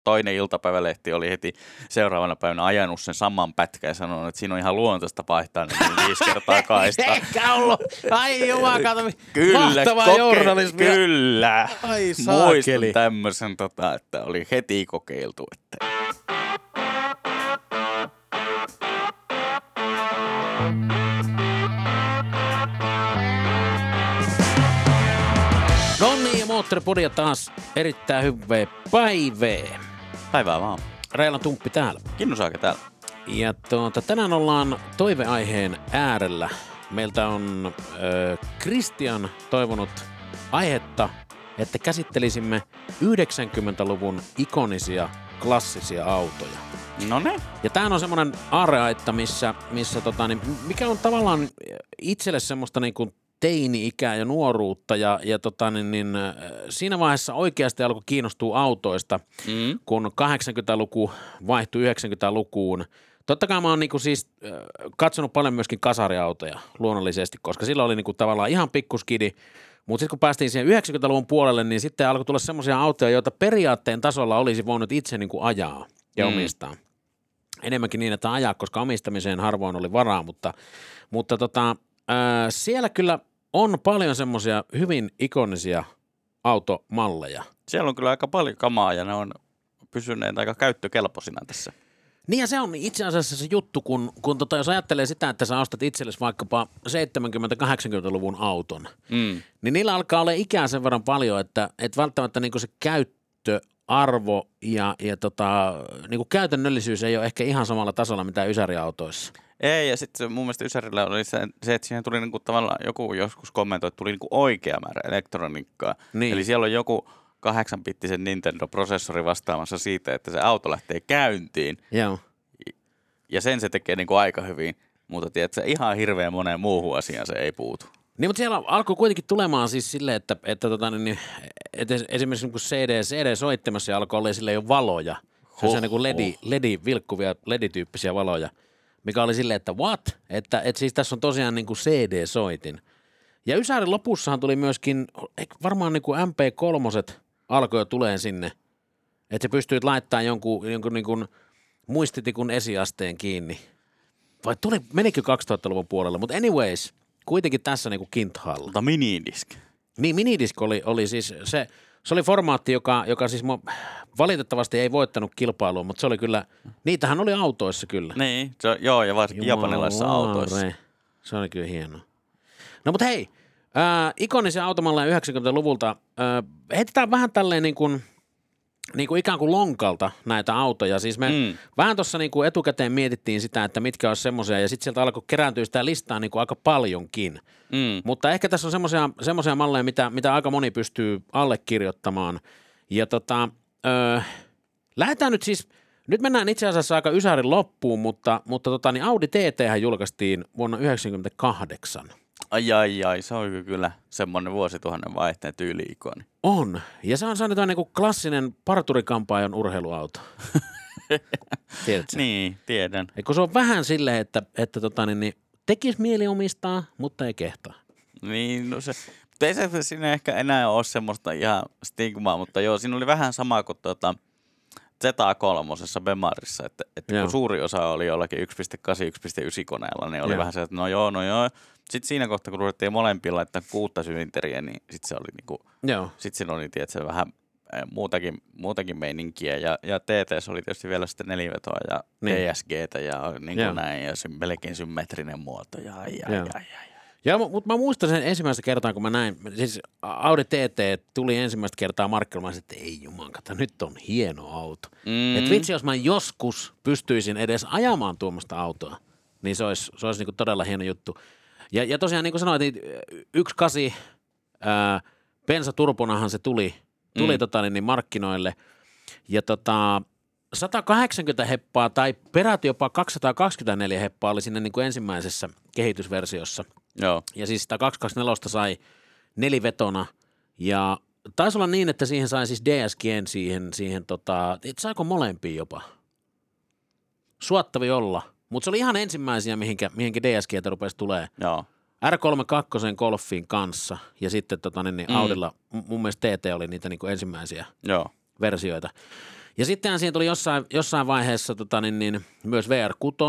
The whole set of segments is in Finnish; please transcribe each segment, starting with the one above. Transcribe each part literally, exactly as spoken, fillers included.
toinen iltapäivälehti oli heti seuraavana päivänä ajanut sen saman pätkän ja sanonut, että siinä on ihan luontaista vaihtaa niin viisi kertaa kaista. Eikä ollut. Ai jumakata. Kyllä, mahtavaa koke- journalismia. Kyllä. Ai saakeli. Muistan tämmöisen, tota, että oli heti kokeiltu. Että... No niin, Moottoripodia taas erittäin hyvää päivää. Päivää vaan. Reila Tumppi täällä. Kinnu Saake täällä. Ja tuota, tänään ollaan toiveaiheen äärellä. Meiltä on Kristian toivonut aihetta, että käsittelisimme yhdeksänkymmentäluvun ikonisia klassisia autoja. No ne. Ja tämähän on semmoinen aarreaitta, missä, missä tota, niin, mikä on tavallaan itselle semmoista niin kuin teini-ikää ja nuoruutta ja, ja tota, niin, niin, siinä vaiheessa oikeasti alkoi kiinnostua autoista, mm. kun kahdeksankymmentäluku vaihtui yhdeksänkymmentälukuun. Totta kai mä oon niinku siis äh, katsonut paljon myöskin kasariautoja luonnollisesti, koska silloin oli niinku tavallaan ihan pikkuskidi, mutta sitten kun päästiin siihen yhdeksänkymmentäluvun puolelle, niin sitten alkoi tulla semmoisia autoja, joita periaatteen tasolla olisi voinut itse niinku ajaa ja mm. omistaa. Enemmänkin niin, että ajaa, koska omistamiseen harvoin oli varaa, mutta, mutta tota, äh, siellä kyllä on paljon semmoisia hyvin ikonisia automalleja. Siellä on kyllä aika paljon kamaa ja ne on pysyneet aika käyttökelpoisina tässä. Niin ja se on itse asiassa se juttu, kun, kun tota, jos ajattelee sitä, että sä ostat itsellesi vaikkapa seitsemänkymmentä-kahdeksankymmentäluvun auton, mm. niin niillä alkaa olla ikää sen verran paljon, että et välttämättä niinku se käyttöarvo ja, ja tota, niinku käytännöllisyys ei ole ehkä ihan samalla tasolla mitä ysäriautoissa. Ei, ja sitten mun mielestä Ysärillä oli se, se että siihen tuli niinku tavallaan, joku joskus kommentoi, että tuli niinku oikea määrä elektroniikkaa. Niin. Eli siellä on joku kahdeksanbittisen Nintendo-prosessori vastaamassa siitä, että se auto lähtee käyntiin. Joo. Ja sen se tekee niinku aika hyvin, mutta tiedätkö, ihan hirveän moneen muuhun asiaan se ei puutu. Niin, mutta siellä alkoi kuitenkin tulemaan siis silleen, että, että, tota, niin, että esimerkiksi niin C D, C D-soittimessa alkoi olla silleen jo valoja. Se on niin kuin L E D, L E D, vilkkuvia L E D-tyyppisiä valoja, mikä oli silleen, että what? Että, että siis tässä on tosiaan niin kuin C D-soitin. Ja Ysärin lopussahan tuli myöskin, varmaan niin kuin M P kolme alkoi jo tulee sinne, että sä pystyit laittamaan jonkun, jonkun niin kuin muistitikun esiasteen kiinni. Vai tuli, menikö kaksituhattaluvun puolella? Mutta anyways, kuitenkin tässä niin kuin kinthalla. Mutta minidisk. Niin, minidisk oli, oli siis se, se oli formaatti, joka, joka siis valitettavasti ei voittanut kilpailua, mutta se oli kyllä, niitähän oli autoissa kyllä. Niin, se, joo, ja varsinkin japanilaisissa autoissa. Se oli kyllä hienoa. No mutta hei, äh, ikonisia automalleja yhdeksänkymmentäluvulta, äh, heitetään vähän tälleen niin kuin, niin kuin ikään kuin lonkalta näitä autoja. Siis me mm. vähän tuossa niin kuin etukäteen mietittiin sitä, että mitkä olisi semmoisia, ja sitten sieltä alkoi kerääntyä sitä listaa niin kuin aika paljonkin. Mm. Mutta ehkä tässä on semmoisia, semmoisia malleja, mitä, mitä aika moni pystyy allekirjoittamaan. Ja tota, äh, lähdetään nyt siis, nyt mennään itse asiassa aika Ysärin loppuun, mutta, mutta tota, niin Audi T T:hän julkaistiin vuonna yhdeksänkymmentäkahdeksan. Ai ai ai, se on kyllä semmoinen vuosituhannen vaihteen tyyli-ikoni. On, ja se on sellainen niin kuin klassinen parturikampaajan urheiluauto. Tiedätkö? Niin, tiedän. Eikö se on vähän silleen, että, että tota, niin, niin, tekisi mieli omistaa, mutta ei kehtaa. Niin, no se, ei se siinä ehkä enää ole semmoista ihan stigmaa, mutta joo, siinä oli vähän sama kuin tuota Z A kolme Bemarissa, että, että kun suuri osa oli jollakin yksi pilkku kahdeksan yksi pilkku yhdeksän koneella, niin oli joo. vähän se, että no joo, no joo. Sitten siinä kohtaa, kun ruvettiin molempia laittaa kuutta sylinteriä, niin sitten se oli niinku, sitten siinä oli tietysti vähän muutakin, muutakin meininkiä. Ja, ja T T oli tietysti vielä sitten nelivetoa ja niin. D S G:tä ja niin kuin näin, ja se melkein symmetrinen muoto ja ai, ai, ai, ai. Ja, mutta mä muistan sen ensimmäistä kertaa, kun mä näin, siis Audi T T tuli ensimmäistä kertaa markkinoille, että ei jumankata, nyt on hieno auto. Mm. Että vitsi, jos mä joskus pystyisin edes ajamaan tuommoista autoa, niin se olisi, se olisi niinku todella hieno juttu. Ja, ja tosiaan niin kuin sanoit, niin yksi kasi ää, bensaturbonahan se tuli, tuli mm. tota, niin, niin markkinoille. Ja tota, sata kahdeksankymmentä heppaa tai peräti jopa kaksisataakaksikymmentäneljä heppaa oli sinne niin kuin ensimmäisessä kehitysversiossa. Joo. Ja siis sitä kaksisataakaksikymmentäneljä sai nelivetona ja taisi olla niin, että siihen sai siis D S G:n siihen, siihen tota, saiko molempia jopa? Suottavi olla. Mutta se oli ihan ensimmäisiä, mihinkä, mihinkä D S G:tä rupesi tulee. Joo. R kolmekymmentäkaksi Golfin kanssa ja sitten tota, niin, mm. Audilla, mun mielestä T T oli niitä niin kuin ensimmäisiä Joo. versioita. Ja sittenhän siinä tuli jossain, jossain vaiheessa tota, niin, niin, myös V R kuusi,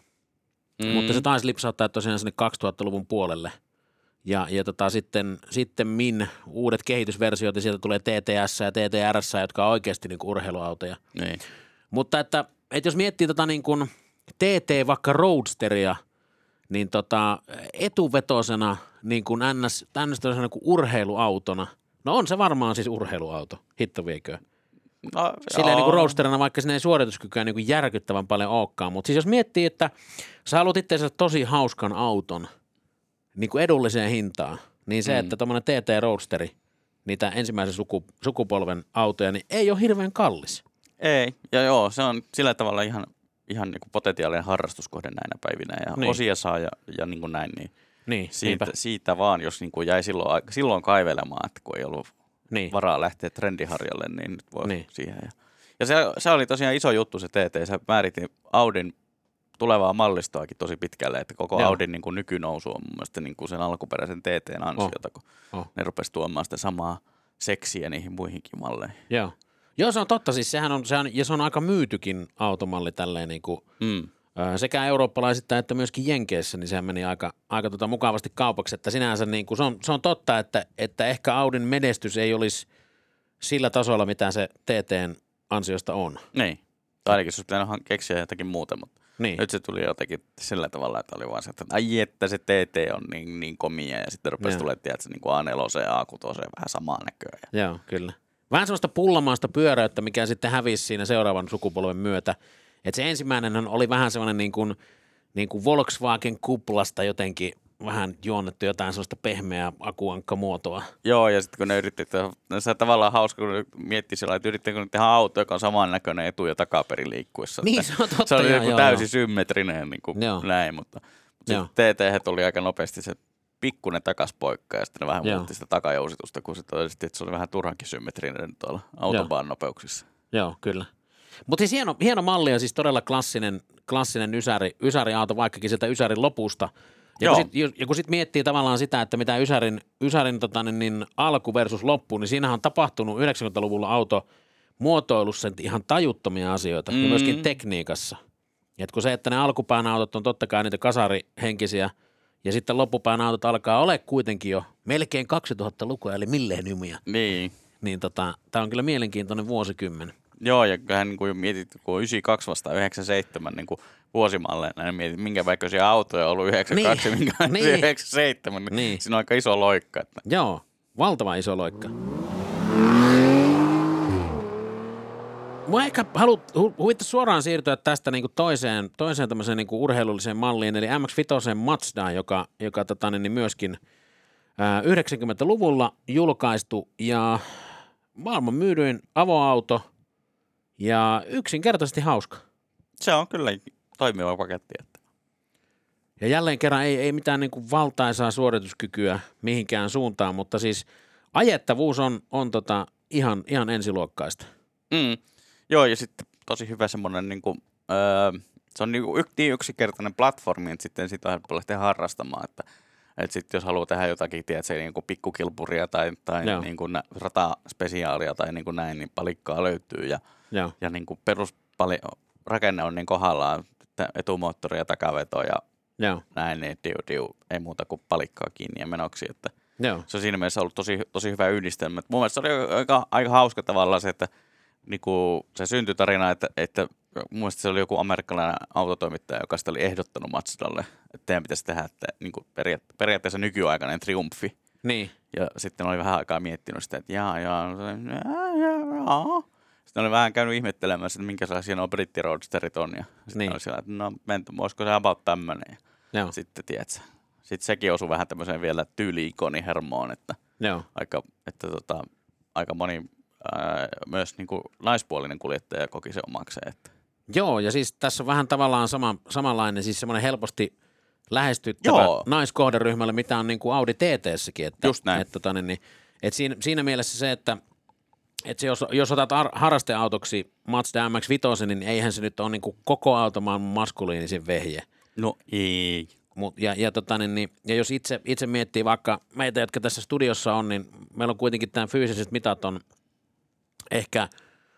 mm. mutta se taisi lipsauttaa tosiaan sinne kaksituhattaluvun puolelle. Ja, ja tota, sitten, sitten min uudet kehitysversiot, ja sieltä tulee T T S ja T T R S, jotka on oikeasti niin kuin urheiluautoja. Niin. Mutta että, että jos miettii tota niin kuin T T vaikka Roadsteria, niin tota, etuvetosena niin kuin ns, ns niin kuin urheiluautona, no on se varmaan siis urheiluauto, hitto viekö. No, silleen niin kuin roadsterina, vaikka sinne ei suorituskykyä niin kuin järkyttävän paljon olekaan. Mutta siis jos miettii, että sä haluat itseänsä tosi hauskan auton niin kuin edulliseen hintaan, niin se, mm. että tommoinen T T Roadsteri, niitä ensimmäisen suku, sukupolven autoja, niin ei ole hirveän kallis. Ei, ja joo, se on sillä tavalla ihan, ihan niin kuin potentiaalinen harrastuskohde näinä päivinä, ja niin. osia saa ja, ja niin kuin näin, niin, niin siitä, siitä vaan, jos niin kuin jäi silloin, silloin kaivelemaan, että kun ei ollut niin. varaa lähteä trendiharjalle, niin nyt voi niin. siihen. Ja, ja se, se oli tosiaan iso juttu se T T, se määritti Audin tulevaa mallistoakin tosi pitkälle, että koko Joo. Audin niin kuin nykynousu on mun mielestä niin kuin sen alkuperäisen T T:n ansiota, oh. kun oh. ne rupesi tuomaan sitä samaa seksiä niihin muihinkin malleihin. Joo. Joo, se on totta. Siis sehän on, se on, ja se on aika myytykin automalli tälleen niin kuin, mm. sekä eurooppalaisittain että myöskin Jenkeissä, niin sehän meni aika, aika tota mukavasti kaupaksi, että sinänsä niin kuin, se, on, se on totta, että, että ehkä Audin menestys ei olisi sillä tasolla, mitä se T T:n ansiosta on. Niin. Tai ainakin se olisi pitänyt keksiä jotakin muuta, mutta niin. nyt se tuli jotenkin sillä tavalla, että oli vaan se, että ai että se T T on niin, niin komia, ja sitten rupesi tulemaan, tiedätkö, niin kuin A neljä ja A kuusi vähän samaan näköön. Joo, kyllä. Vähän sellaista pullamaista pyöräyttä, mikä sitten hävisi siinä seuraavan sukupolven myötä. Että se ensimmäinen oli vähän sellainen niin kuin, niin kuin Volkswagen-kuplasta jotenkin vähän juonnettu jotain sellaista pehmeää akuankkamuotoa. Joo, ja sitten kun ne yritti, että se on tavallaan hauska, kun mietti sillä, että yritti kun tehdä auto, joka on samannäköinen etu- ja takaperin liikkuessa. Niin, se on totta. Se oli joo, joku joo, täysin joo. symmetrinen niin kuin näin, mutta, mutta sitten T T tuli aika nopeasti se pikkuinen takaspoikka, ja sitten ne vähän joo. muutti sitä takajousitusta, kun se todellisesti, että se oli vähän turhankin symmetrinen tuolla autobahn nopeuksissa. Joo, kyllä. Mutta siis hieno, hieno malli ja siis todella klassinen, klassinen ysäri, ysäriauto, vaikkakin sieltä ysärin lopusta. Ja kun sitten sit miettii tavallaan sitä, että mitä ysärin, ysärin tota, niin, niin, alku versus loppu, niin siinähän on tapahtunut yhdeksänkymmentäluvulla auto muotoilussa ihan tajuttomia asioita mm. ja myöskin tekniikassa. Et kun se, että ne alkupään autot on totta kai niitä kasarihenkisiä ja sitten loppupään autot alkaa ole kuitenkin jo melkein kaksituhattalukua eli milleniumia. Niin. Niin tota, tämä on kyllä mielenkiintoinen vuosikymmen. Joo, ja kyllähän niin kuin mietit, kun yhdeksänkymmentäkaksi vastaan yhdeksänkymmentäseitsemän niin kuin vuosimalleina, niin mietit, minkä väköisiä autoja on ollut yhdeksänkymmentäkaksi niin, minkä niin. yhdeksänkymmentäseitsemän, niin, niin siinä on aika iso loikka. Että. Joo, valtava iso loikka. Mua ehkä haluat huvittaa suoraan siirtyä tästä niinku toiseen, toiseen tämmöiseen niinku urheilulliseen malliin, eli M X viisi Mazda, joka, joka tota, niin myöskin ää, yhdeksänkymmentäluvulla julkaistu ja maailman myydyin avoauto ja yksinkertaisesti hauska. Se on kyllä toimiva paketti. Että. Ja jälleen kerran ei, ei mitään niinku valtaisaa suorituskykyä mihinkään suuntaan, mutta siis ajettavuus on, on tota ihan, ihan ensiluokkaista. Mm. Joo, ja sitten tosi hyvä semmoinen, niin kuin, öö, se on niin, niin yksinkertainen platformi, että sitten sitä on helppo lähteä harrastamaan, että että sitten jos haluaa tehdä jotakin, tiedätkö, niin kuin pikkukilpuria tai, tai niin kuin rataspesiaalia tai niin kuin näin, niin palikkaa löytyy ja, ja niin kuin perusrakenne on niin kohdallaan, etumoottori ja takaveto ja Joo. näin, niin diu, diu, ei muuta kuin palikkaa kiinni ja menoksi, että Joo. se on siinä mielessä ollut tosi, tosi hyvä yhdistelmä. Mun mielestä se oli aika, aika hauska tavallaan se, että niin kuin se syntytarina, että, että mun mielestä se oli joku amerikkalainen autotoimittaja, joka sitä oli ehdottanut Mazdalle, että teidän pitäisi tehdä että, niin kuin periaat- periaatteessa nykyaikainen triumfi. Niin. Ja sitten oli vähän aikaa miettinyt sitä, että jaa, jaa, jaa, jaa. Sitten oli vähän käynyt ihmettelemään, että minkälaisia nuo brittiroadsterit on. Ja sitten niin. oli siellä, että no, menty, olisiko se about tämmöinen. Ja sitten, tiedätkö, sitten sekin osui vähän tämmöiseen vielä tyyli-ikoni hermoon, että, aika, että tota, aika moni ää, myös niin kuin naispuolinen kuljettaja koki se omakseen. Että. Joo, ja siis tässä on vähän tavallaan sama, samanlainen, siis semmoinen helposti lähestyttävä Joo. naiskohderyhmälle, mitä on niin kuin Audi T T:ssäkin. Että, Just näin. Että, tota, niin, niin, että siinä, siinä mielessä se, että, että se, jos, jos otat ar- harrasteautoksi Mazda M X viisi, niin eihän se nyt ole niin kuin koko automaailman maskuliinisin vehje. No ei. Mut, ja, ja, tota, niin, niin, ja jos itse, itse miettii vaikka meitä, jotka tässä studiossa on, niin meillä on kuitenkin tämän fyysiset mitat on ehkä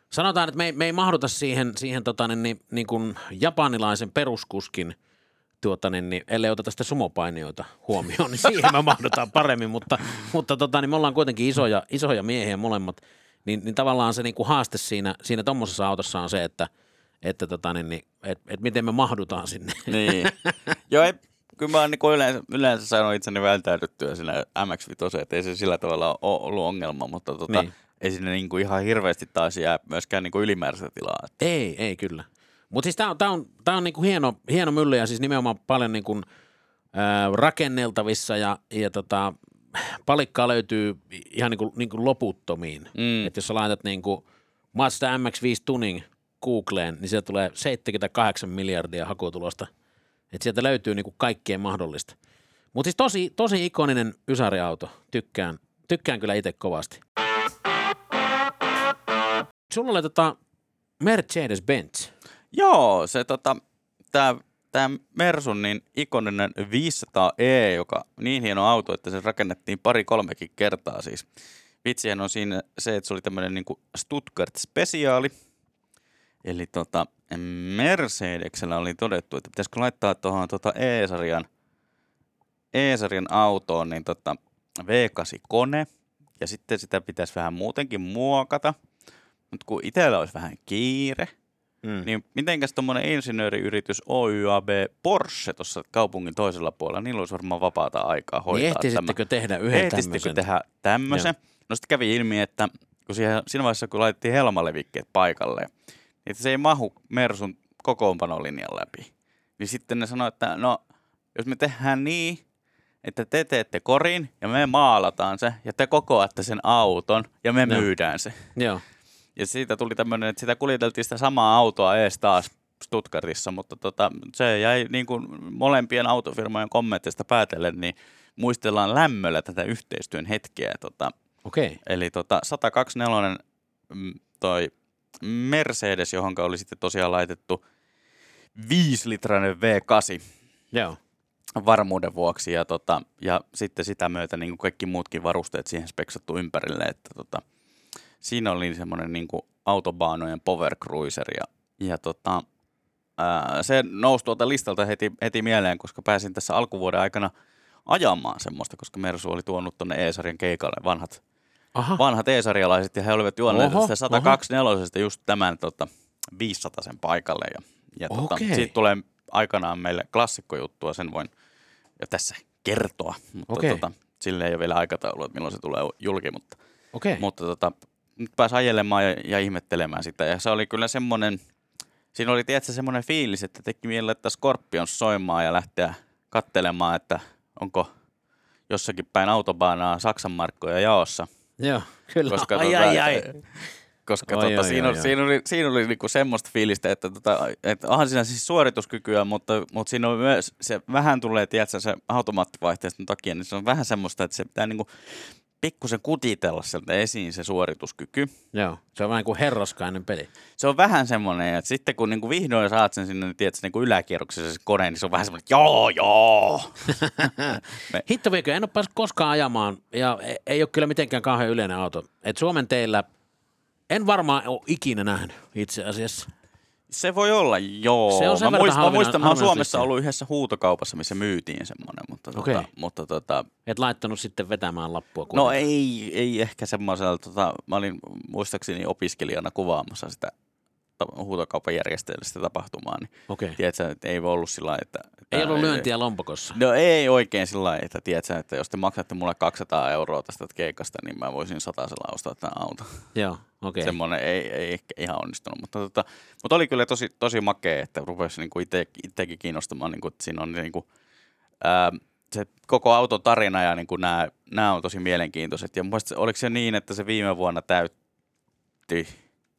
Sanotaan, että me ei, me ei mahduta siihen, siihen tota, niin, niin, niin kuin japanilaisen peruskuskin, tuota, niin, niin, ellei oteta sitä sumopainijoita huomioon, niin siihen me mahdutaan paremmin, mutta, mutta tota, niin me ollaan kuitenkin isoja, isoja miehiä molemmat, niin, niin tavallaan se niin kuin haaste siinä, siinä tommosessa autossa on se, että että tota, niin, niin, et, et miten me mahdutaan sinne. Niin. Joo, ei, kyllä mä oon niin yleensä, yleensä saanut itseni vältäydyttyä siinä M X viisi, että ei se sillä tavalla ole ollut ongelma, mutta tota, niin. ei sinne niin kuin ihan hirveästi taas jää myöskään niin kuin ylimääräistä tilaa. Että. Ei, ei kyllä. Mutta siis tää on, tää on, tää on niin kuin hieno, hieno mylly ja siis nimenomaan paljon niin kuin, äh, rakenneltavissa ja, ja tota, palikkaa löytyy ihan niin kuin, niin kuin loputtomiin. Mm. Että jos sä laitat niin kuin Mazda M X viisi Tuning Googleen, niin sieltä tulee seitsemänkymmentäkahdeksan miljardia hakutulosta. Että sieltä löytyy niinku kaikkien mahdollista. Mutta siis tosi, tosi ikoninen ysäriauto. Tykkään, tykkään kyllä itse kovasti. Sulla oli tota Mercedes-Benz. Joo, se tota, tää, tää Mersun niin ikoninen viisisataa E, joka niin hieno auto, että se rakennettiin pari-kolmekin kertaa siis. Vitsihän on siinä se, että se oli tämmöinen niinku Stuttgart-spesiaali. Eli tota, Mercedeksellä oli todettu, että pitäisikö laittaa tuohon tota E-sarjan, E-sarjan autoon niin tota V kahdeksan kone, ja sitten sitä pitäisi vähän muutenkin muokata. Mutta kun itsellä olisi vähän kiire, mm. niin mitenkäs tuommoinen insinööriyritys O Y A B Porsche tuossa kaupungin toisella puolella, niillä olisi varmaan vapaata aikaa hoitaa. Niin ehtisittekö tehdä yhden tämmöisen? tehdä tämmöisen? No sitten kävi ilmi, että kun siihen, siinä vaiheessa kun laitettiin helmalevikkeet paikalleen, että se ei mahu Mersun kokoonpanolinjan läpi. Niin sitten ne sanoi, että no, jos me tehdään niin, että te teette korin ja me maalataan se ja te kokoatte sen auton ja me no. myydään se. Joo. Ja siitä tuli tämmöinen, että sitä kuljeteltiin sitä samaa autoa ees taas Stuttgartissa, mutta tota, se jäi niin kuin molempien autofirmojen kommenteista päätellen, niin muistellaan lämmöllä tätä yhteistyön hetkeä. Tota, Okei. Eli tota, sata kaksikymmentäneljä toi Mercedes, johon oli sitten tosiaan laitettu viisilitrainen V kahdeksan Joo. varmuuden vuoksi ja, tota, ja sitten sitä myötä niin kuin kaikki muutkin varusteet siihen speksattu ympärille, että tota, siinä oli semmoinen niin kuin autobaanojen power cruiser ja, ja tota, ää, se nousi tuolta listalta heti, heti mieleen, koska pääsin tässä alkuvuoden aikana ajamaan semmoista, koska Mersu oli tuonut tuonne E-sarjan keikalle vanhat Aha. vanhat E-sarjalaiset, ja he olivat juonneet sitä sata kaksikymmentäneljä just tämän tota, viisisataa paikalle. Ja, ja tota, siitä tulee aikanaan meille klassikkojuttua, sen voin jo tässä kertoa. Mutta tota, sille ei ole vielä aikataulua, että milloin se tulee julki. Mutta, mutta tota, nyt pääsi ajelemaan ja, ja ihmettelemään sitä. Ja se oli kyllä semmoinen, siinä oli tietysti semmoinen fiilis, että teki mielellä, että Scorpions soimaan ja lähteä katselemaan, että onko jossakin päin autobaanaa Saksan markkoja jaossa. Joo, kyllä. Koska, ai, tota, ai, ai. koska oi, tota, oi, siinä, oi, oi. siinä oli, siinä oli niinku semmoista fiilistä, että tota, et onhan siinä siis suorituskykyä, mutta, mutta siinä on myös, se vähän tulee, tiedätkö, se automaattivaihteiston takia, niin se on vähän semmoista, että se pitää niinku pikkusen kutitella sieltä esiin se suorituskyky. Joo, se on vähän kuin herraskainen peli. Se on vähän semmoinen, että sitten kun niinku vihdoin saat sen sinne, niin tiedätkö, niinku yläkierroksessa se kone, niin se on vähän semmoinen, että joo, joo. Me... Hitto viekö, en ole päässyt koskaan ajamaan, ja ei, ei ole kyllä mitenkään kauhean yleinen auto. Et Suomen teillä en varmaan ole ikinä nähnyt itse asiassa. Se voi olla, joo. Se on sen mä muistan, harvina, muistan mä oon Suomessa ollut yhdessä huutokaupassa, missä myytiin semmoinen, mutta, okay. tota, mutta tota... Et laittanut sitten vetämään lappua kuitenkin. No ei, ei ehkä semmoisella, tota, mä olin muistaakseni opiskelijana kuvaamassa sitä huutokaupan järjestäjällistä tapahtumaa, niin okay. Tiedätkö, että ei voi ollut sillä lailla, että... Ei ollut lyöntiä lompakossa. No ei oikein sillä lailla, että tiedätkö, että jos te maksatte mulle kaksisataa euroa tästä keikasta, niin mä voisin satasella ostaa tämän auton. Joo, okei. Okay. Semmoinen ei, ei ehkä ihan onnistunut, mutta, tota, mutta oli kyllä tosi, tosi makea, että rupesi niin itse, itsekin kiinnostamaan, niin kuin, että siinä on niin kuin, ää, se koko auton tarina ja niin kuin nämä, nämä on tosi mielenkiintoiset. Ja mun mielestä oliko se niin, että se viime vuonna täytti...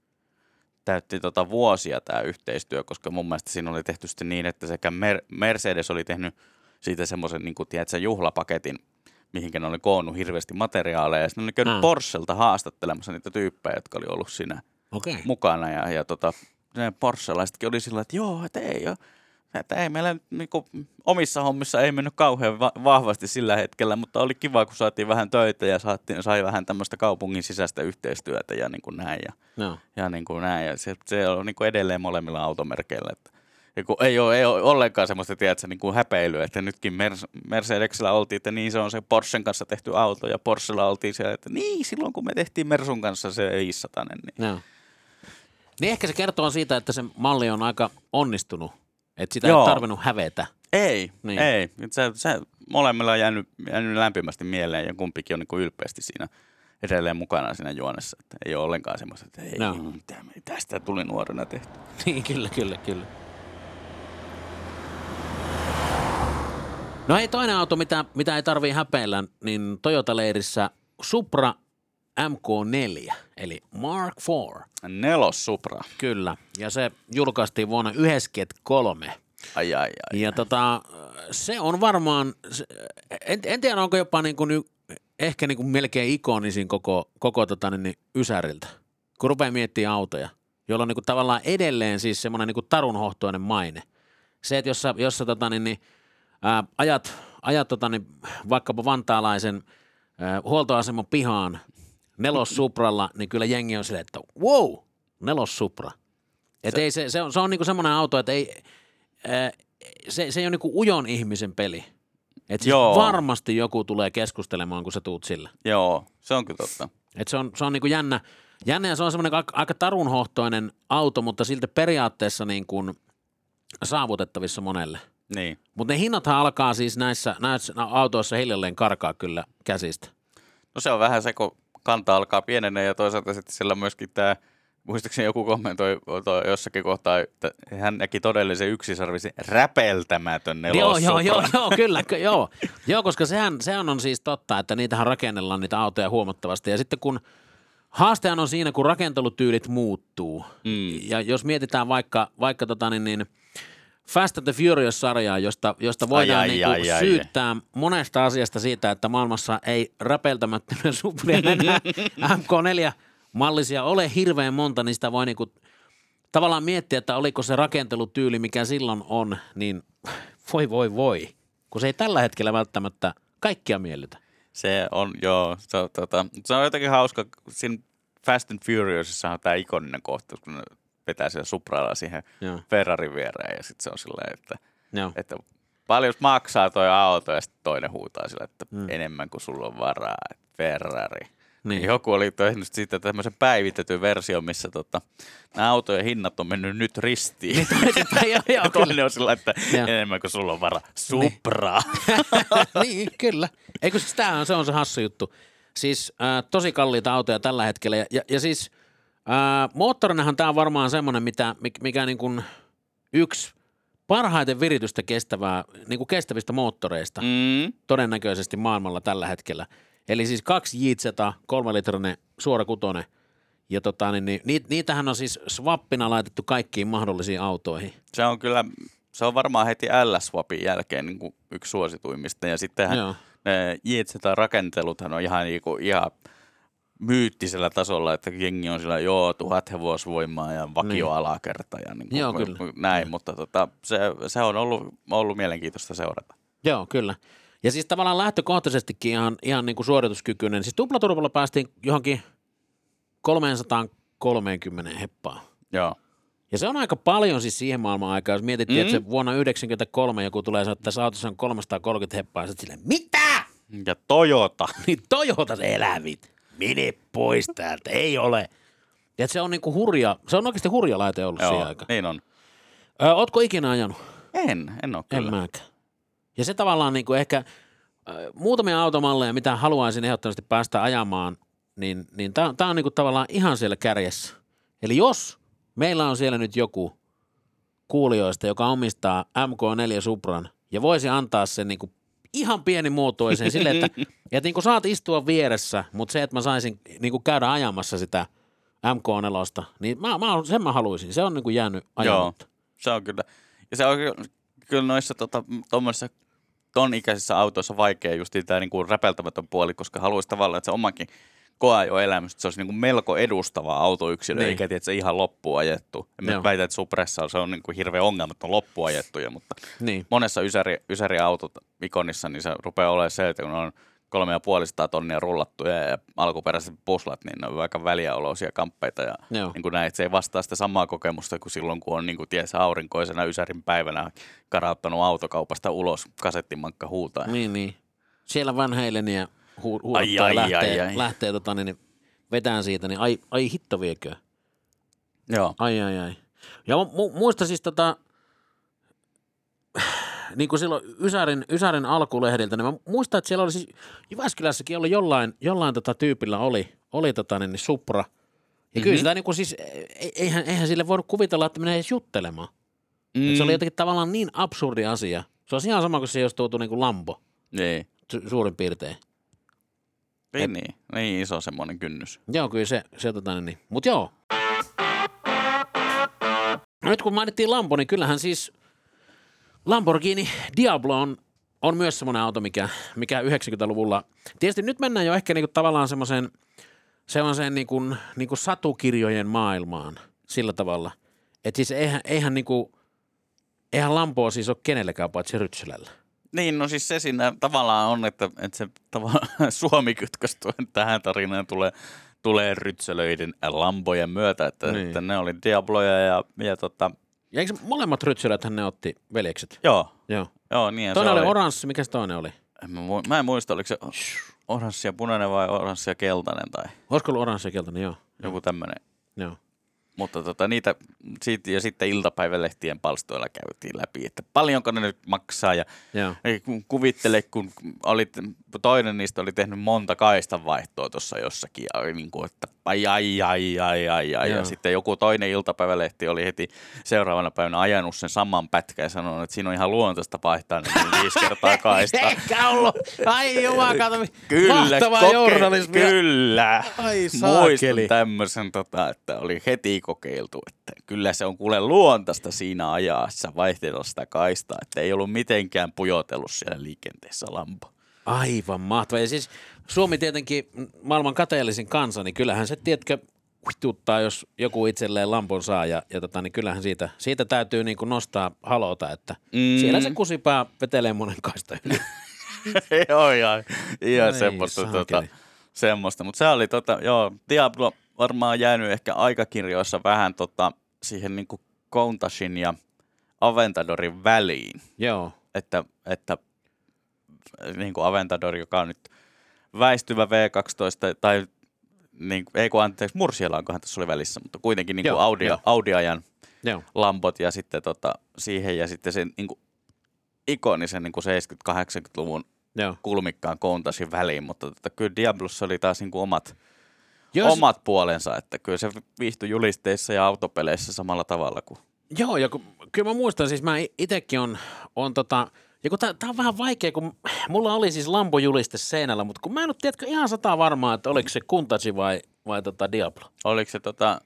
täytti tota vuosia tämä yhteistyö, koska mun mielestä siinä oli tehty sitten niin, että sekä Mer- Mercedes oli tehnyt siitä semmoisen niin kuin, tiedätkö, juhlapaketin, mihinkä ne oli koonnut hirveästi materiaaleja, ja sitten ne oli käynyt mm. Porschelta haastattelemassa niitä tyyppejä, jotka oli ollut siinä okay. mukana, ja, ja tota, ne Porschelaisetkin oli sillä, että joo, että ei ole, että ei meillä nyt niinku, omissa hommissa ei mennyt kauhean va- vahvasti sillä hetkellä, mutta oli kiva, kun saatiin vähän töitä ja saatiin, sai vähän tämmöistä kaupungin sisäistä yhteistyötä ja niin kuin näin. Ja, no. ja niin kuin näin. Ja se, se on niin kuin edelleen molemmilla automerkeillä. Että, ja kun ei, ole, ei ole ollenkaan semmoista, tiedätkö, niin kuin häpeilyä, että nytkin Mer- Mercedesellä oltiin, että niin se on se Porschen kanssa tehty auto ja Porschella oltiin siellä, että niin silloin kun me tehtiin Mersun kanssa se viisisataa. Niin. No. Niin ehkä se kertoo siitä, että se malli on aika onnistunut, että sitä Joo. ei tarvinnut hävetä. Ei, niin. ei. Se, se molemmilla on jäänyt, jäänyt lämpimästi mieleen ja kumpikin on niin kuin ylpeästi siinä edelleen mukana siinä juonessa. Että ei ole ollenkaan semmoista, että ei, no. mitä, tästä tuli nuorena tehty. Niin, kyllä, kyllä, kyllä. No ei toinen auto, mitä, mitä ei tarvii häpeillä, niin Toyota-leirissä Supra M K neljä, eli Mark neljä. Nelos Supra. Kyllä, ja se julkaistiin vuonna yhdeksänkymmentäkolme. Ai, ai, ai. Ja tota, se on varmaan, en, en tiedä onko jopa niin kuin, ehkä niin kuin melkein ikonisin koko, koko tota, niin, Ysäriltä, kun rupeaa miettimään autoja, jolla on niin kuin tavallaan edelleen siis semmoinen niin kuin tarunhohtoinen maine. Se, että jos sä, jos sä tota, niin, niin, ää, ajat, ajat tota, niin, vaikkapa vantaalaisen ää, huoltoaseman pihaan Nelos Supralla, niin kyllä jengi on silleen, että wow, Nelos Supra. Et se, ei, se, se on, se on niin kuin semmoinen auto, että ei... Se, se ei ole niin kuin ujon ihmisen peli. Et siis varmasti joku tulee keskustelemaan, kun sä tuut sillä. Joo, se on kyllä totta. Et se on, se on niin kuin jännä, jännä ja se on semmoinen aika, aika tarunhohtoinen auto, mutta silti periaatteessa niin kuin saavutettavissa monelle. Niin. Mutta ne hinnathan alkaa siis näissä, näissä autoissa hiljalleen karkaa kyllä käsistä. No se on vähän se, kun kanta alkaa pienenee ja toisaalta sitten sillä myöskin tämä... Muistaakseni joku kommentoi jossakin kohtaa, että hän näki todellisen yksisarvisen räpeltämätön Nelos Joo, Supra. joo, joo, joo, kyllä, joo. Joo, koska sehän, sehän on siis totta, että niitähän rakennellaan niitä autoja huomattavasti. Ja sitten kun haastehan on siinä, kun rakentelutyylit muuttuu. Mm. Ja jos mietitään vaikka, vaikka tota niin, niin Fast and the Furious-sarjaa, josta, josta voidaan ai, ai, niinku ai, ai, syyttää ai. monesta asiasta siitä, että maailmassa ei räpeltämättömiä Supria enää M K neljä mallisia ole hirveän monta, niin sitä voi niinku tavallaan miettiä, että oliko se rakentelutyyli, mikä silloin on, niin voi voi voi, kun se ei tällä hetkellä välttämättä kaikkia miellytä. Se on, joo, se on, tota, se on jotenkin hauska, siinä Fast and Furiousissa on tämä ikoninen kohtaus, kun ne vetää siellä Supralla siihen joo. Ferrarin viereen ja sitten se on silleen, että, että paljon maksaa toi auto ja sitten toinen huutaa sillä, että mm. enemmän kuin sulla on varaa, Ferrari. Niin. Joku oli tehnyt siitä tämmöisen päivitetyn version, missä tota, nämä autojen hinnat on mennyt nyt ristiin. Niin, toisinpäin, joo, joo, ja toinen on sillä, että enemmän kuin sulla on vara. Supra. Niin, kyllä. Eikö siis tämähän se on se hassu juttu. Siis äh, tosi kalliita autoja tällä hetkellä. Ja, ja, ja siis äh, moottorinahan tämä on varmaan semmoinen, mitä, mikä niin kuin yksi parhaiten viritystä kestävää, niin kuin kestävistä moottoreista mm. todennäköisesti maailmalla tällä hetkellä. Eli siis kaksi J Z, kolmelitrainen suorakutonen, ja tota, niin, niin, niitähän on siis swappina laitettu kaikkiin mahdollisiin autoihin. Se on kyllä, se on varmaan heti L-swapin jälkeen niin kuin yksi suosituimmista, ja sittenhän joo. ne J Z-rakenteluthan on ihan, niin kuin, ihan myyttisellä tasolla, että jengi on sillä joo, tuhat hevosvoimaa ja vakioalakerta ja niin kuin, joo, kyllä. näin, ja. Mutta tota, se, se on ollut, ollut mielenkiintoista seurata. Joo, kyllä. Ja siis tavallaan lähtökohtaisestikin ihan, ihan niin kuin suorituskykyinen. Siis tuplaturbolla päästiin johonkin kolmesataakolmekymmentä heppaa. Joo. Ja se on aika paljon siis siihen maailman aikaan. Jos mietittiin, mm-hmm. että se vuonna yhdeksänkymmentäkolme joku tulee sanoa, että tässä autossa on kolmesataakolmekymmentä heppaa. Ja sitten silleen, mitä? Ja Toyota. Niin Toyota se elävit. Mene pois täältä. Ei ole. Ja se on niin kuin hurja, se on oikeasti hurja laite ollut joo, siihen aikaan. Niin on. Ö, ootko ikinä ajanut? En, en ole kyllä. En mäkään. Ja se tavallaan niin kuin ehkä äh, muutamia automalleja, mitä haluaisin ehdottomasti päästä ajamaan, niin, niin tämä on niin kuin tavallaan ihan siellä kärjessä. Eli jos meillä on siellä nyt joku kuulijoista, joka omistaa M K neljä Supran ja voisi antaa sen niin kuin ihan pienimuotoisen silleen, että, että niin kuin saat istua vieressä, mutta se, että mä saisin niin kuin käydä ajamassa sitä M K neljä, niin mä, mä, sen mä haluaisin. Se on niin kuin jäänyt ajamatta. Joo, se on kyllä. Ja se on kyllä noissa tuommoisissa tota, ton ikäisissä autoissa vaikea just tämä niinku räpeltämätön puoli, koska haluaisi tavallaan, että se omakin koeajoelämystä. Se olisi niin kuin melko edustava autoyksilö, Niin. eikä tietysti ihan loppuun ajettu. En Joo. mä väitä, että Supressa se on niin kuin hirveä ongelma, että on loppuun ajettuja, mutta Niin. monessa ysäri, ysäriautot ikonissa, niin se rupeaa olemaan se, että kun on kolme ja puolisataa tonnia rullattuja ja alkuperäiset puslat, niin ne on aika väliäoloisia kamppeita ja Joo. niin kuin näin, että se ei vastaa sitä samaa kokemusta kuin silloin, kun on niin kuin ties aurinkoisena ysärin päivänä karauttanut autokaupasta ulos kasettimankka huutaa. Niin, niin. Siellä Van Halenia hu- huudottaa Ai, ja ai, lähtee, ai, ai. lähtee tota, niin, vetään siitä, niin ai, ai hitto viekö. Joo. Ai, ai, ai. Ja mu- muista siis tota, niin kuin silloin Ysärin, Ysärin alkulehdiltä, niin mä muistan, että siellä oli siis Jyväskylässäkin ollut jollain, jollain tota tyypillä oli, oli tota niin, Supra. Ja mm-hmm. kyllä sitä niin kuin siis, e- eihän, eihän sille voinut kuvitella, että menee edes juttelemaan. Mm. Se oli jotenkin tavallaan niin absurdi asia. Se on ihan sama kuin se, jos tuotu niin kuin Lambo, Niin. su- suurin piirtein. Niin, niin, niin iso semmoinen kynnys. Joo, kyllä se, se tota niin. Mut joo. No nyt kun mainittiin Lambo, niin kyllähän siis Lamborghini Diablo on, on myös semmoinen auto, mikä, mikä yhdeksänkymmentäluvulla, tietysti nyt mennään jo ehkä niinku tavallaan semmoiseen, semmoiseen niinku, niinku satukirjojen maailmaan sillä tavalla, että siis eihän, eihän niinku, eihän Lamboa siis ole kenellekään paitsi Rytselällä. Niin, no siis se siinä tavallaan on, että, että se tavallaan Suomi kytköstuen tähän tarinaan tulee, tulee rytselöiden Lambojen myötä, että, Niin. että ne oli Diabloja ja, ja tota, Ja eikö molemmat Rytseläthän ne otti veljekset? joo, Joo. joo, niin Toinen se oli oli. oranssi, mikä se toinen oli? En Mä, mu- mä en muista, oliko se oranssi ja punainen vai oranssi ja keltainen tai Olisiko ollut oranssi ja keltainen? Joo. joku tämmöinen. Joo. Mutta tota, niitä, siitä, ja sitten iltapäivälehtien palstoilla käytiin läpi, että paljonko ne nyt maksaa ja Joo. ei, kun kuvittele, kun olit, toinen niistä oli tehnyt monta kaistanvaihtoa tuossa jossakin, ja oli niin kuin, että ai, ai, ai, ai, ai, ai. Joo. Ja sitten joku toinen iltapäivälehti oli heti seuraavana päivänä ajanut sen saman pätkän ja sanonut, että siinä on ihan luontaista vaihtaa niin viisi kertaa kaista. Eikä ollut. Ai jumala, kato. Kyllä, Mahtavaa koke- journalismia. Kyllä. Ai Muistan saakeli. tämmöisen, tota, että oli heti kokeiltu, että kyllä se on kuule luontaista siinä ajassa vaihtella sitä kaistaa, että ei ollut mitenkään pujotellut siellä liikenteessä Lambo. Aivan mahtavaa. Ja siis Suomi tietenkin maailman kateellisin kansa, niin kyllähän se, tiedätkö, vituttaa, jos joku itselleen Lambon saa ja, ja tota, niin kyllähän siitä, siitä täytyy niin kuin nostaa halota, että Mm. siellä se kusipää vetelee monen kaista yli. Joo, ihan, ihan Ai semmoista, saakeli. tota, semmoista. Mutta se oli, tota, joo, Diablo varmaan jäänyt ehkä aikakirjoissa vähän tota, siihen niinku Countasin ja Aventadorin väliin. Joo. Että, että niin kuin Aventador, joka on nyt väistyvä V kaksitoista, tai niin, ei kun anteeksi, Murcielaankohan tässä oli välissä, mutta kuitenkin niin kuin Joo, Audi, joo. Audi-ajan Joo. Lambot ja sitten tota, siihen ja sitten sen niin kuin ikonisen niin kuin seitsemänkymmentä-kahdeksankymmentäluvun Joo. kulmikkaan Countasin väliin, mutta tota, kyllä Diablossa oli taas niin kuin omat, Jos, omat puolensa, että kyllä se viihtyi julisteissa ja autopeleissä samalla tavalla kuin. Joo, ja kun, kyllä mä muistan, siis mä itsekin on, on tota, ja kun tää, tää on vähän vaikea, kun mulla oli siis Lambo-juliste seinällä, mutta kun mä en ole, tiedätkö, ihan sataa varmaa, että oliko se Countach vai, vai tota Diablo. Oliko se tota,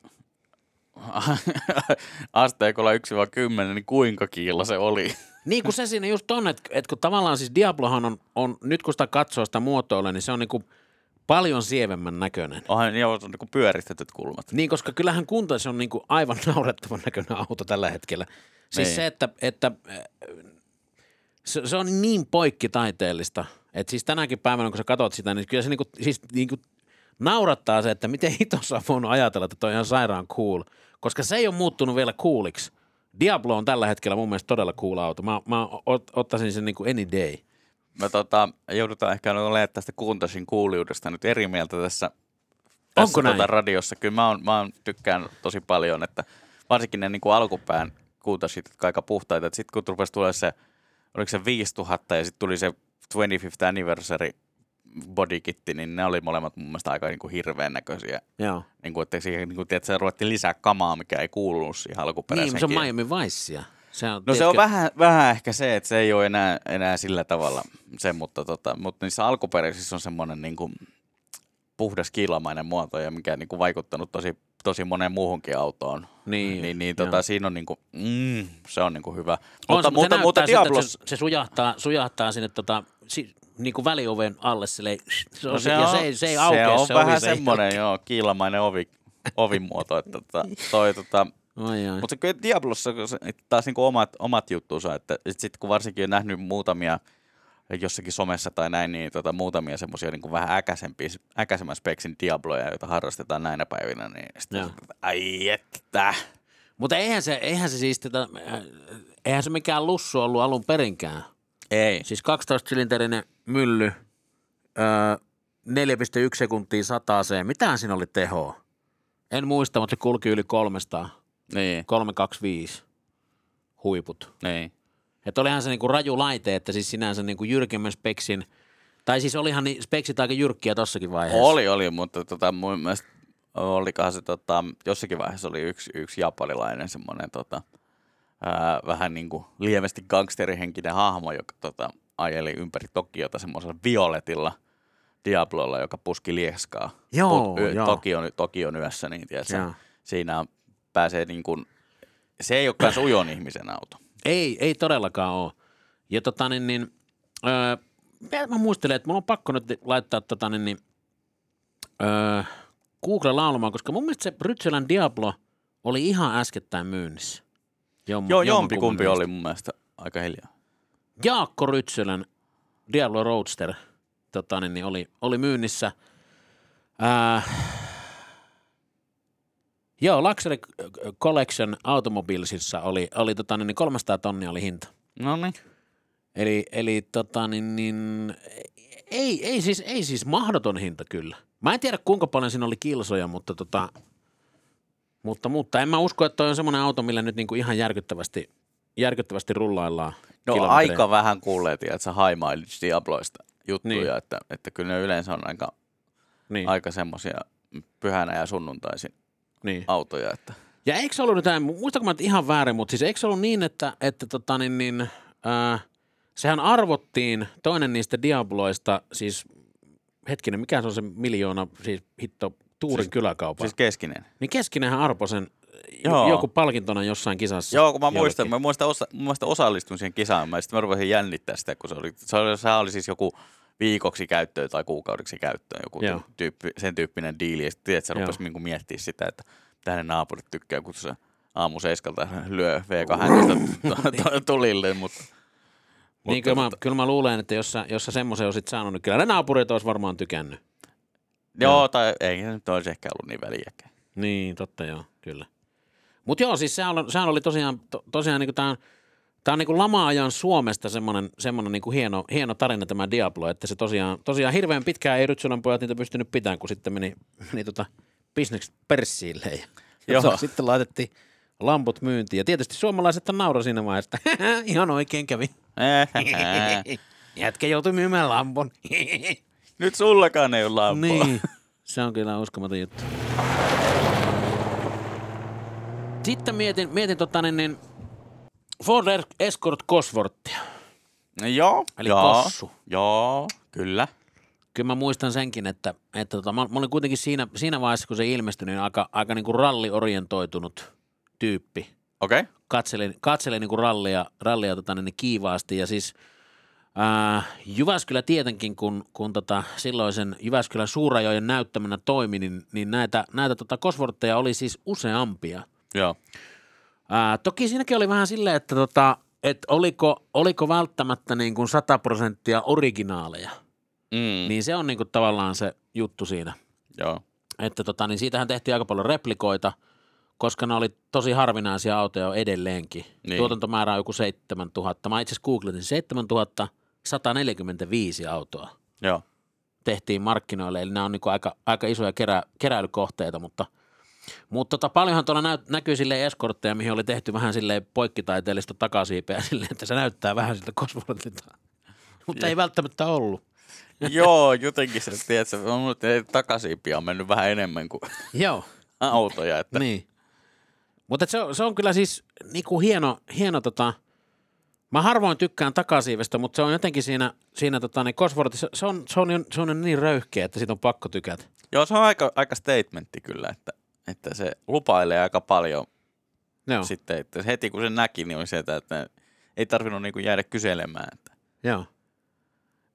asteikolla yksi kymmenen, niin kuinka kiilla se oli? Niin kuin se siinä just on, että, että kun tavallaan siis Diablohan on, on, nyt kun sitä katsoo sitä muotoilla, niin se on niin kuin paljon sievemmän näköinen. Onhan joo, se on niin pyöristetyt kulmat. Niin, koska kyllähän Countach on niin kuin aivan naurettavan näköinen auto tällä hetkellä. Siis Niin. se, että, että äh, se, se on niin poikkitaiteellista, että siis tänäkin päivänä, kun sä katsot sitä, niin kyllä se niinku, siis niinku naurattaa se, että miten hitossa on voinut ajatella, että toi on ihan sairaan cool, koska se ei ole muuttunut vielä cooliksi. Diablo on tällä hetkellä mun mielestä todella cool auto. Mä, mä ot, ottaisin sen niinku any day. Me tota, joudutaan ehkä olemaan tästä Countasin kuuliudesta nyt eri mieltä tässä, Onko tässä näin? tota radiossa. Kyllä mä, oon, mä oon tykkään tosi paljon, että varsinkin ne niin kuin alkupään Countasit, jotka aika puhtaita. Sitten kun rupesi tulee se, oliko se viisituhatta ja sitten tuli se kaksikymmentä anniversary bodykitti, niin ne oli molemmat mun mielestä aika niin kuin hirveän näköisiä. Joo. Niin kuin, että siihen niin kuin, tiedät, ruvettiin lisää kamaa, mikä ei kuulunut siihen alkuperäiseen. Niin, se on Miami Vicea. Se on, No tiedätkö, se on vähän, vähän ehkä se, että se ei ole enää, enää sillä tavalla se, mutta, tota, mutta niissä alkuperäisissä on semmoinen niin kuin puhdas kiilamainen muoto, ja mikä niin kuin vaikuttanut tosi, tosi moneen muuhunkin autoon. Niin, niin, niin joo. tota, siinä on niin kuin, mm, se on niin kuin hyvä. On mutta, se, mutta, se mutta näyttää siltä, Diablos, että se, se sujahtaa, sujahtaa sinne tota, si, niin kuin välioven alle silleen, se on, no se, se ja on, se ei, se ei aukea, se on se vähän ovi, se semmoinen, joo, kiilamainen ovi, ovimuoto, että tota, toi tota, mutta se kyllä Diablossa taas niinku omat, omat juttuunsa, että sitten kun varsinkin on nähnyt muutamia jossakin somessa tai näin, niin tota, muutamia semmoisia niin vähän äkäisempiä, äkäisemmän speksin Diabloja, joita harrastetaan näinä päivinä, niin sitten ai että. Mutta eihän se, eihän se siis tätä, eihän se mikään lussu ollut alun perinkään. Ei. Siis kaksitoista-sylinterinen mylly, öö, neljä pilkku yksi sekuntia sataseen. Mitähän siinä oli tehoa? En muista, mutta se kulki yli kolmesataa. Niin. kolme kaksikymmentäviisi huiput. Niin. Että olihan se niinku raju laite, että siis sinänsä niinku jyrkemmän speksin, tai siis olihan niin speksit aika jyrkkiä tossakin vaiheessa. Oli, oli, mutta tota, mun mielestä olikohan se tota, jossakin vaiheessa oli yksi, yksi japanilainen semmoinen tota, ää, vähän niin kuin lievästi gangsterihenkinen hahmo, joka tota, ajeli ympäri Tokiota semmoisella violetilla Diablolla, joka puski lieskaa. Joo, Put, y, joo. Tokion, Tokion yössä, niin tiedätkö, siinä pääsee niin kuin, se ei olekaan ujon ihmisen auto. Ei, ei todellakaan ole. Ja tota niin, niin öö, mä muistelen, että mulla on pakko nyt laittaa tota niin, niin öö, Google laulamaan, koska mun mielestä se Rytselän Diablo oli ihan äskettäin myynnissä. Jom, Joo, jompikumpi oli mun mielestä aika hiljaa. Jaakko Rytselän Diablo Roadster tota niin, niin oli, oli myynnissä. Ää, joo, Luxury Collection Automobilesissa oli, oli tota niin, kolmesataa tonnia oli hinta. No niin. Eli, eli tota niin, niin ei, ei, siis, ei siis mahdoton hinta kyllä. Mä en tiedä kuinka paljon siinä oli kilsoja, mutta tota, mutta, mutta en mä usko, että toi on semmoinen auto, millä nyt niinku ihan järkyttävästi, järkyttävästi rullaillaan. No aika vähän kuulee, tiedätkö, high mileage Diabloista juttuja, niin. että, että kyllä ne yleensä on aika, niin. aika semmoisia pyhänä ja sunnuntaisin niin. autoja. Että. Ja eikö se ollut nyt, muistanko mä ihan väärin, mutta siis eikö se ollut niin, että, että tota niin, niin äh, sehän arvottiin toinen niistä Diabloista, siis hetkinen, mikä se on se miljoona, siis hitto, Tuurin siis, kyläkaupan. Siis Keskinen. Niin Keskinenhän arpoi sen Joo. joku palkintona jossain kisassa. Joo, kun mä muistan, mä muistan, osa, muistan osallistuin siihen kisaan, mä sitten mä rupesin jännittää sitä, kun se oli, se oli, se oli siis joku viikoksi käyttöön tai kuukaudeksi käyttöön, joku tyyppi, sen tyyppinen diili, ja sitten tiedät, sä rupesin niin miettimään sitä, että mitä ne naapurit tykkää, kun se aamu seiskalta lyö V kahdeksantoista tulille, mutta Niin, mutta, kyllä, mä, kyllä mä luulen, että jos sä, jos sä semmoisen olisit saanut, niin kyllä ne naapurit olisi varmaan tykännyt. Joo, joo. Tai ei se nyt olisi ehkä ollut niin väliäkään. Niin, totta joo, kyllä. Mutta joo, siis sehän oli, sehän oli tosiaan, to, tosiaan niin tämä on, tää on niin lama-ajan Suomesta semmoinen, semmoinen niin hieno, hieno tarina tämä Diablo, että se tosiaan, tosiaan hirveän pitkään ei Rytsölän pojat niitä pystynyt pitämään, kun sitten meni, meni tota bisneksi perssiille. Ja joo. Sitten laitettiin lamput myyntiin. Ja tietysti suomalaiset nauroi siinä vaiheessa, että ihan oikein kävi. Jätkä joutui myymään lampun. Nyt sullakaan ei ole lampoa. Niin, se on kyllä uskomaton juttu. Sitten mietin, mietin tota niin, niin Ford Escort Cosworthia. Joo, eli joo, Kossu. Joo, kyllä. Kyllä mä muistan senkin, että, että tota, mä, mä olin kuitenkin siinä, siinä vaiheessa, kun se ilmestyi, niin aika, aika niin kuin ralliorientoitunut tyyppi. Okei. Okay. Katselin, katselin niin kuin rallia, rallia tota, niin kiivaasti ja siis ää, Jyväskylä tietenkin, kun, kun tota, silloisen Jyväskylän suurajojen näyttämänä toimi, niin, niin näitä, näitä tota Cosworthia oli siis useampia. Joo. Ää, toki siinäkin oli vähän silleen, että tota, et oliko, oliko välttämättä niin kuin sata prosenttia originaaleja. Mm. Niin se on niin kuin tavallaan se juttu siinä. Joo. Että tota, niin siitähän tehtiin aika paljon replikoita, koska ne oli tosi harvinaisia autoja edelleenkin. Niin. Tuotantomäärä on joku seitsemäntuhatta. Mä itse asiassa googletin seitsemäntuhatta sata neljäkymmentäviisi autoa. Joo. Tehtiin markkinoille, eli nämä on niin kuin aika, aika isoja kerä, keräilykohteita, mutta, mutta tota, paljonhan tuolla näy, näkyy silleen eskortteja, mihin oli tehty vähän silleen poikkitaiteellista takasiipeä silleen, että se näyttää vähän siltä Cosworthilta, mutta ei välttämättä ollut. Joo, jotenkin se, tiedätkö, takasiipiä on mennyt vähän enemmän kuin Joo. autoja. Että. Niin. Mutta se, se on kyllä siis niinku hieno, hieno tota, mä harvoin tykkään takasiivestä, mutta se on jotenkin siinä, siinä tota, niin Cosworthissa, se on, se, on, se on niin röyhkeä, että siitä on pakko tykätä. Joo, se on aika, aika statementti kyllä, että, että se lupailee aika paljon. Joo. Sitten, että heti kun sen näki, niin oli se, että ei tarvinnut niinku jäädä kyselemään. Että. Joo.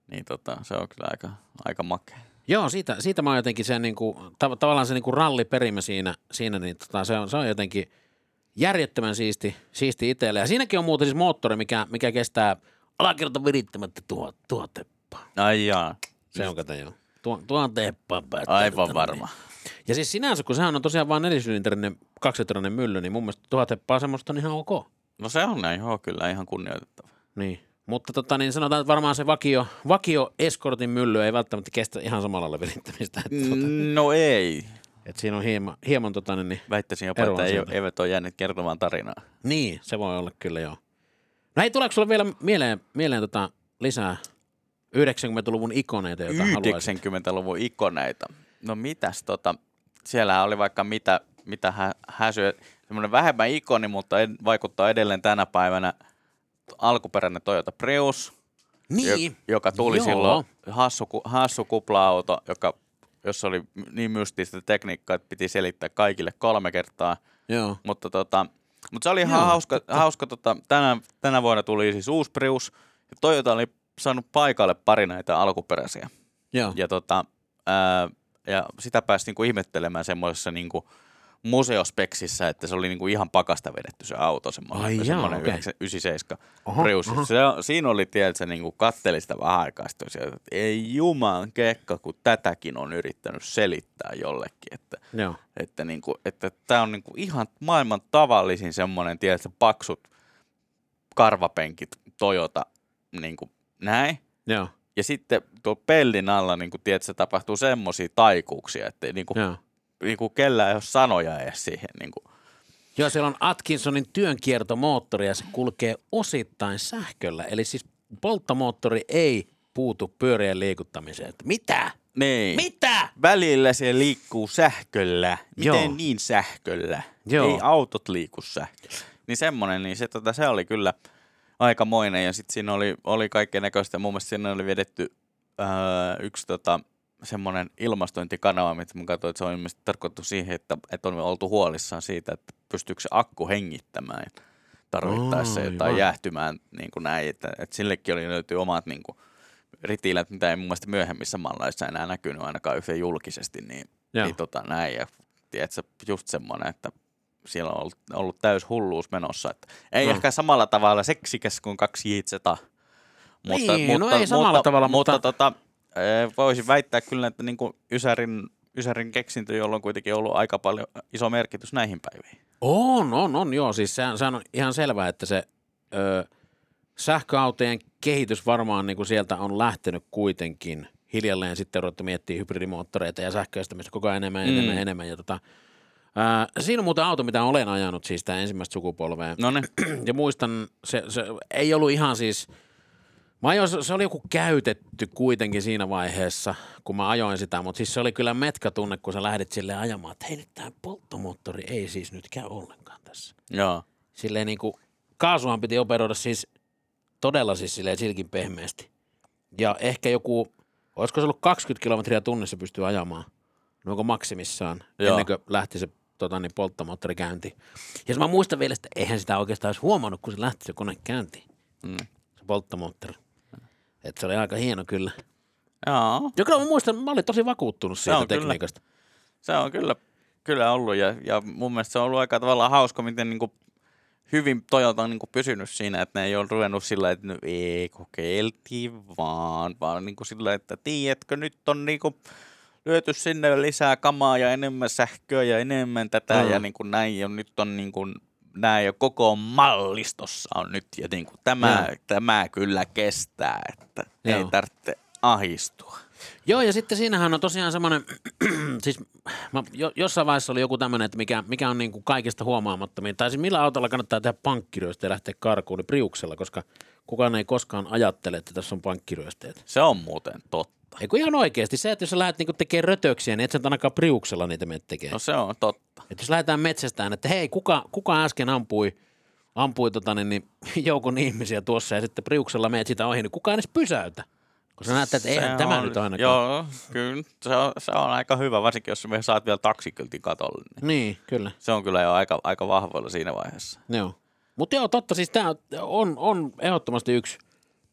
niin tota, se on kyllä aika, aika makea. Joo, siitä, siitä mä oon jotenkin se niinku, tav- tavallaan se niinku ralliperimä siinä, siinä niin tota, se, on, se on jotenkin järjettömän siisti, siisti itselle. Ja siinäkin on muuten siis moottori, mikä, mikä kestää alakerta virittämättä tuhat, tuhat teppaa. Ai jaa. Se on kato joo. Tuo, tuhat teppaa päättää. Aivan varma. Niin. Ja siis sinänsä, kun sehän on tosiaan vain nelisylinterinen, kaksijotrainen mylly, niin mun mielestä tuhat teppaa semmoista on ihan ok. No se on näin, joo, kyllä ihan kunnioitettava. Niin. Mutta tota, niin sanotaan, että varmaan se vakio, vakio eskortin mylly ei välttämättä kestä ihan samalla lailla virittämistä. Että, tuota, No ei. että siinä on hieman, hieman tota, niin, Väittäisin jopa, että ei, eivät ole jäänyt kertomaan tarinaa. niin, se voi olla kyllä joo. No hei, tuleeko sulle vielä mieleen, mieleen tota, lisää yhdeksänkymmentäluvun ikoneita, joita haluaisit? yhdeksänkymmentäluvun ikoneita. No mitäs tota, siellähän oli vaikka mitä, mitä hä, häsyä, semmoinen vähemmän ikoni, mutta ed, vaikuttaa edelleen tänä päivänä alkuperäinen Toyota Prius, Niin. jo, joka tuli Joo. silloin hassu, hassu kupla-auto, joka, jossa oli niin mystistä tekniikkaa, että piti selittää kaikille kolme kertaa. Joo. Mutta, tota, mutta se oli ihan Joo, hauska, hauska tota, tänä, tänä vuonna tuli siis uusi Prius, ja Toyota oli saanut paikalle pari näitä alkuperäisiä. Joo. Ja, tota, ää, ja sitä pääsi niinku ihmettelemään semmoisessa niinku museospeksissä, että se oli niinku ihan pakasta vedetty se auto, semmoinen, Ai jaa, semmoinen okei. yhdeksänkymmentäseitsemän Oho, Prius. oho. Se, siinä oli, tiedätkö, niinku katteli sitä vähän aikaa, sitten sieltä, että ei juman kekka, kun tätäkin on yrittänyt selittää jollekin, että Joo. että niinku, että tämä on niinku ihan maailman tavallisin semmoinen, tiedätkö, paksut karvapenkit Toyota, niinku näin. Joo. Ja sitten tuo pellin alla, niin kuin tiedät, se tapahtuu semmoisia taikuuksia, että niin kuin, Joo. niin kuin kellään ei ole sanoja edes siihen. Niin kuin. Joo, siellä on Atkinsonin työnkiertomoottori ja se kulkee osittain sähköllä. Eli siis polttomoottori ei puutu pyörien liikuttamiseen. Että mitä? Niin. Mitä? Välillä se liikkuu sähköllä. Miten Joo. niin sähköllä? Joo. Ei autot liiku sähköllä. Niin semmoinen, niin se, tota, se oli kyllä aikamoinen. Ja sitten siinä oli, oli kaikkea näköistä. Mun mielestä siinä oli vedetty ää, yksi tota, semmoinen ilmastointikanava, mitä mä katsoin, että se on ilmeisesti tarkoitettu siihen, että, että on oltu huolissaan siitä, että pystyykö se akku hengittämään tarvittaessa Aivan. jotain jäähtymään niin kuin näin. Että, että sillekin oli löytyy omat niin kuin, ritiilät, mitä ei mun mielestä myöhemmissä malleissa enää näkynyt ainakaan yhtä julkisesti, niin, niin tota näin. Ja tiedätkö, just semmoinen, että siellä on ollut, ollut täys hulluus menossa. Että ei no. ehkä samalla tavalla seksikäs kuin kaksi jitseta. Mutta, Niin, mutta, no ei samalla mutta, tavalla, mutta... mutta tota, voisin väittää kyllä, että niin kuin Ysärin, Ysärin keksintö, jolla on kuitenkin ollut aika paljon iso merkitys näihin päiviin. On, on, on, joo. Siis sehän, sehän on ihan selvää, että se ö, sähköautojen kehitys varmaan niin kuin sieltä on lähtenyt kuitenkin. Hiljalleen sitten ruvettu miettimään hybridimoottoreita ja sähköistämistä koko ajan enemmän, enemmän, Mm. enemmän. Ja tota, ö, siinä on muuten auto, mitä olen ajanut, siis tämä ensimmäistä sukupolvea. No niin. Ja muistan, se, se ei ollut ihan siis... Mä ajoin, se oli joku käytetty kuitenkin siinä vaiheessa, kun mä ajoin sitä, mutta siis se oli kyllä metkatunne, kun sä lähdit silleen ajamaan, että hei nyt tää polttomoottori ei siis nyt käy ollenkaan tässä. Joo. Silleen niin kuin, kaasuhan piti operoida siis todella siis silleen silkin pehmeästi. Ja ehkä joku, olisiko se ollut kaksikymmentä kilometriä tunnissa pystyy ajamaan, noinko maksimissaan, Joo. ennen kuin lähti se tota, niin polttomoottori käyntiin. Ja mä muistan vielä, että eihän sitä oikeastaan olisi huomannut, kun se lähti se kone käyntiin, Mm. se polttomoottori. Että se oli aika hieno kyllä. Joo. Ja kyllä mä muistan, mä olin tosi vakuuttunut siitä on kyllä. tekniikasta. Se on kyllä, kyllä ollut ja, ja mun mielestä se on ollut aika tavallaan hauska, miten niin kuin hyvin Toyota on niin kuin pysynyt siinä, että ne ei ole ruvennut sillä, että no ei kokeiltiin vaan, vaan niin kuin sillä, että tiedätkö, nyt on niin kuin lyöty sinne lisää kamaa ja enemmän sähköä ja enemmän tätä Mm. ja niin kuin näin ja nyt on niin kuin näin ja koko mallistossa on nyt ja niin kuin tämä, tämä kyllä kestää, että Joo. ei tarvitse ahistua. Joo, ja sitten siinähän on tosiaan semmoinen, siis mä, jo, jossain vaiheessa oli joku tämmöinen, että mikä, mikä on niin kuin kaikista huomaamattomin, tai siis millä autolla kannattaa tehdä pankkiryöstä ja lähteä karkuun, niin Priuksella, koska kukaan ei koskaan ajattele, että tässä on pankkiryösteet. Se on muuten totta. Eikö ihan oikeasti se, että jos sä lähdet niinku tekemään rötöksiä, niin et sä ainakaan Priuksella niitä mene tekemään. No se on totta. Että jos lähdetään metsästään, että hei, kuka, kuka äsken ampui, ampui tota, niin, niin, joukon ihmisiä tuossa ja sitten Priuksella meet sitä ohi, niin kukaan edes pysäytä. Kun sä näet, että eihän Se tämä on, nyt ainakaan. Joo, kyllä. Se on, se on aika hyvä, varsinkin jos me saat vielä taksikyltin katolle. Niin Niin, kyllä. se on kyllä jo aika, aika vahvoilla siinä vaiheessa. Joo. Mutta joo, totta, siis tämä on, on ehdottomasti yksi,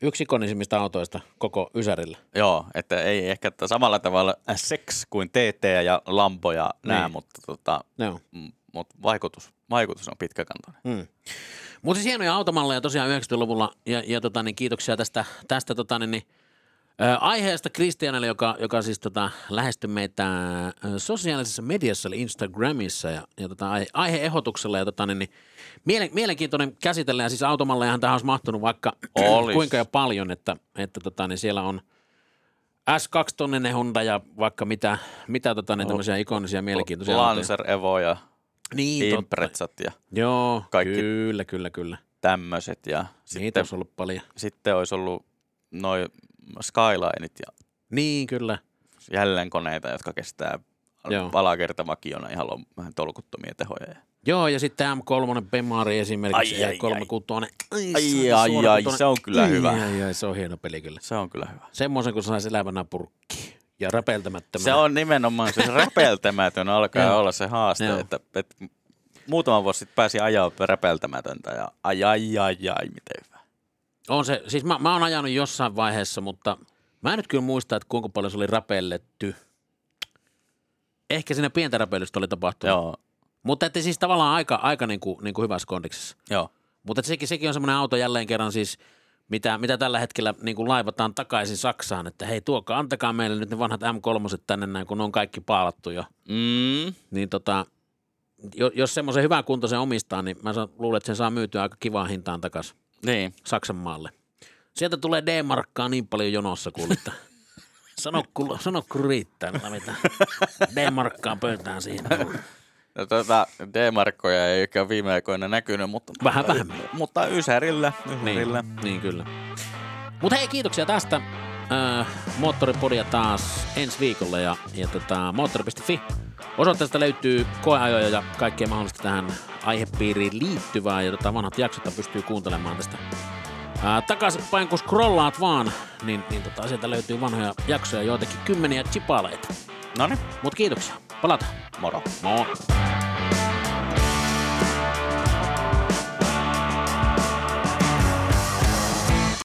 Yksi ikonisimmista autoista koko Ysärillä. Joo, että ei ehkä että samalla tavalla sex kuin T T ja Lambo ja nää, Niin. mutta tota, Joo. m- mut vaikutus, vaikutus on pitkäkantoinen. Mm. Mutta siis hienoja automalleja tosiaan yhdeksänkymmentäluvulla ja, ja tota, niin kiitoksia tästä, tästä tota, niin, niin, ä, aiheesta Kristianelle, joka, joka siis tota, lähestyi meitä ä, sosiaalisessa mediassa eli Instagramissa ja, ja tota, aihe, aihe-ehdotuksella ja tota, niin, niin, mielen, mielenkiintoinen käsitellä ja siis automallejahan tähän olisi mahtunut vaikka Olis. kuinka jo paljon, että, että tota, niin siellä on S kaksi tonninen Honda ja vaikka mitä, mitä tota, niin, tämmöisiä ikonisia mielenkiintoisia autoja. Lancer Evo ja Niin, Imprezat ja Joo, kaikki kyllä, kyllä, kyllä. tämmöiset. Ja Niitä sitten, olisi ollut paljon. sitten olisi ollut noi Skylineit ja Niin, kyllä. jälleenkoneita, jotka kestää Joo. palakertavakiona ihan lo- vähän tolkuttomia tehoja. Joo, ja sitten M kolme Bemari esimerkiksi, Ai, ja ai, kolme kuusi. Ai, ai, ai, se on kyllä hyvä. Ai, ai, se on hieno peli kyllä. Se on kyllä hyvä. Semmoisen, kun saisi elävänä purkki ja räpeltämättömänä. Se on nimenomaan se räpeltämätön alkaa Joo. olla se haaste, Joo. että, että muutama vuosi sitten pääsi ajaa räpeltämätöntä ja ai, ai, ai, ai, miten hyvä. On se, siis mä, mä oon ajanut jossain vaiheessa, mutta mä en nyt kyllä muista, että kuinka paljon se oli räpelletty. Ehkä siinä pientä räpeilystä oli tapahtunut. Joo, Mutta että siis tavallaan aika, aika niin kuin, niin kuin hyvässä kondiksessa. joo. Mutta sekin, sekin on semmoinen auto jälleen kerran siis, mitä, mitä tällä hetkellä niin kuin laivataan takaisin Saksaan, että hei tuokaa, antakaa meille nyt ne vanhat M kolme tänne näin, kun ne on kaikki paalattu jo. Mm. Niin tota, jo- jos semmoisen hyvän kuntoisen omistaa, niin mä saan, luulen, että sen saa myytyä aika kivaan hintaan takaisin Niin. Saksan maalle. Sieltä tulee D-markkaa niin paljon jonossa, kuulitta. Sano, kun, sano kun riittää, mitä mitä. D-markkaa pöytään siinä. No, tuota, D-markkoja ei ehkä viime aikoina näkynyt, mutta, Vähän vähemmän. mutta Ysärillä. Ysärillä. Niin, niin kyllä. Mutta hei, kiitoksia tästä. Äh, Moottoripodia taas ensi viikolla ja, ja tota, moottori piste fi. Osoitteesta löytyy koeajoja ja kaikkea mahdollista tähän aihepiiriin liittyvää ja tota, vanhat jaksot pystyy kuuntelemaan tästä ää, takaisinpäin, kun scrollaat vaan, niin, niin tota, sieltä löytyy vanhoja jaksoja, joitakin kymmeniä chipaaleita. Noniin, Mutta kiitoksia. Palataan. moro. Moi.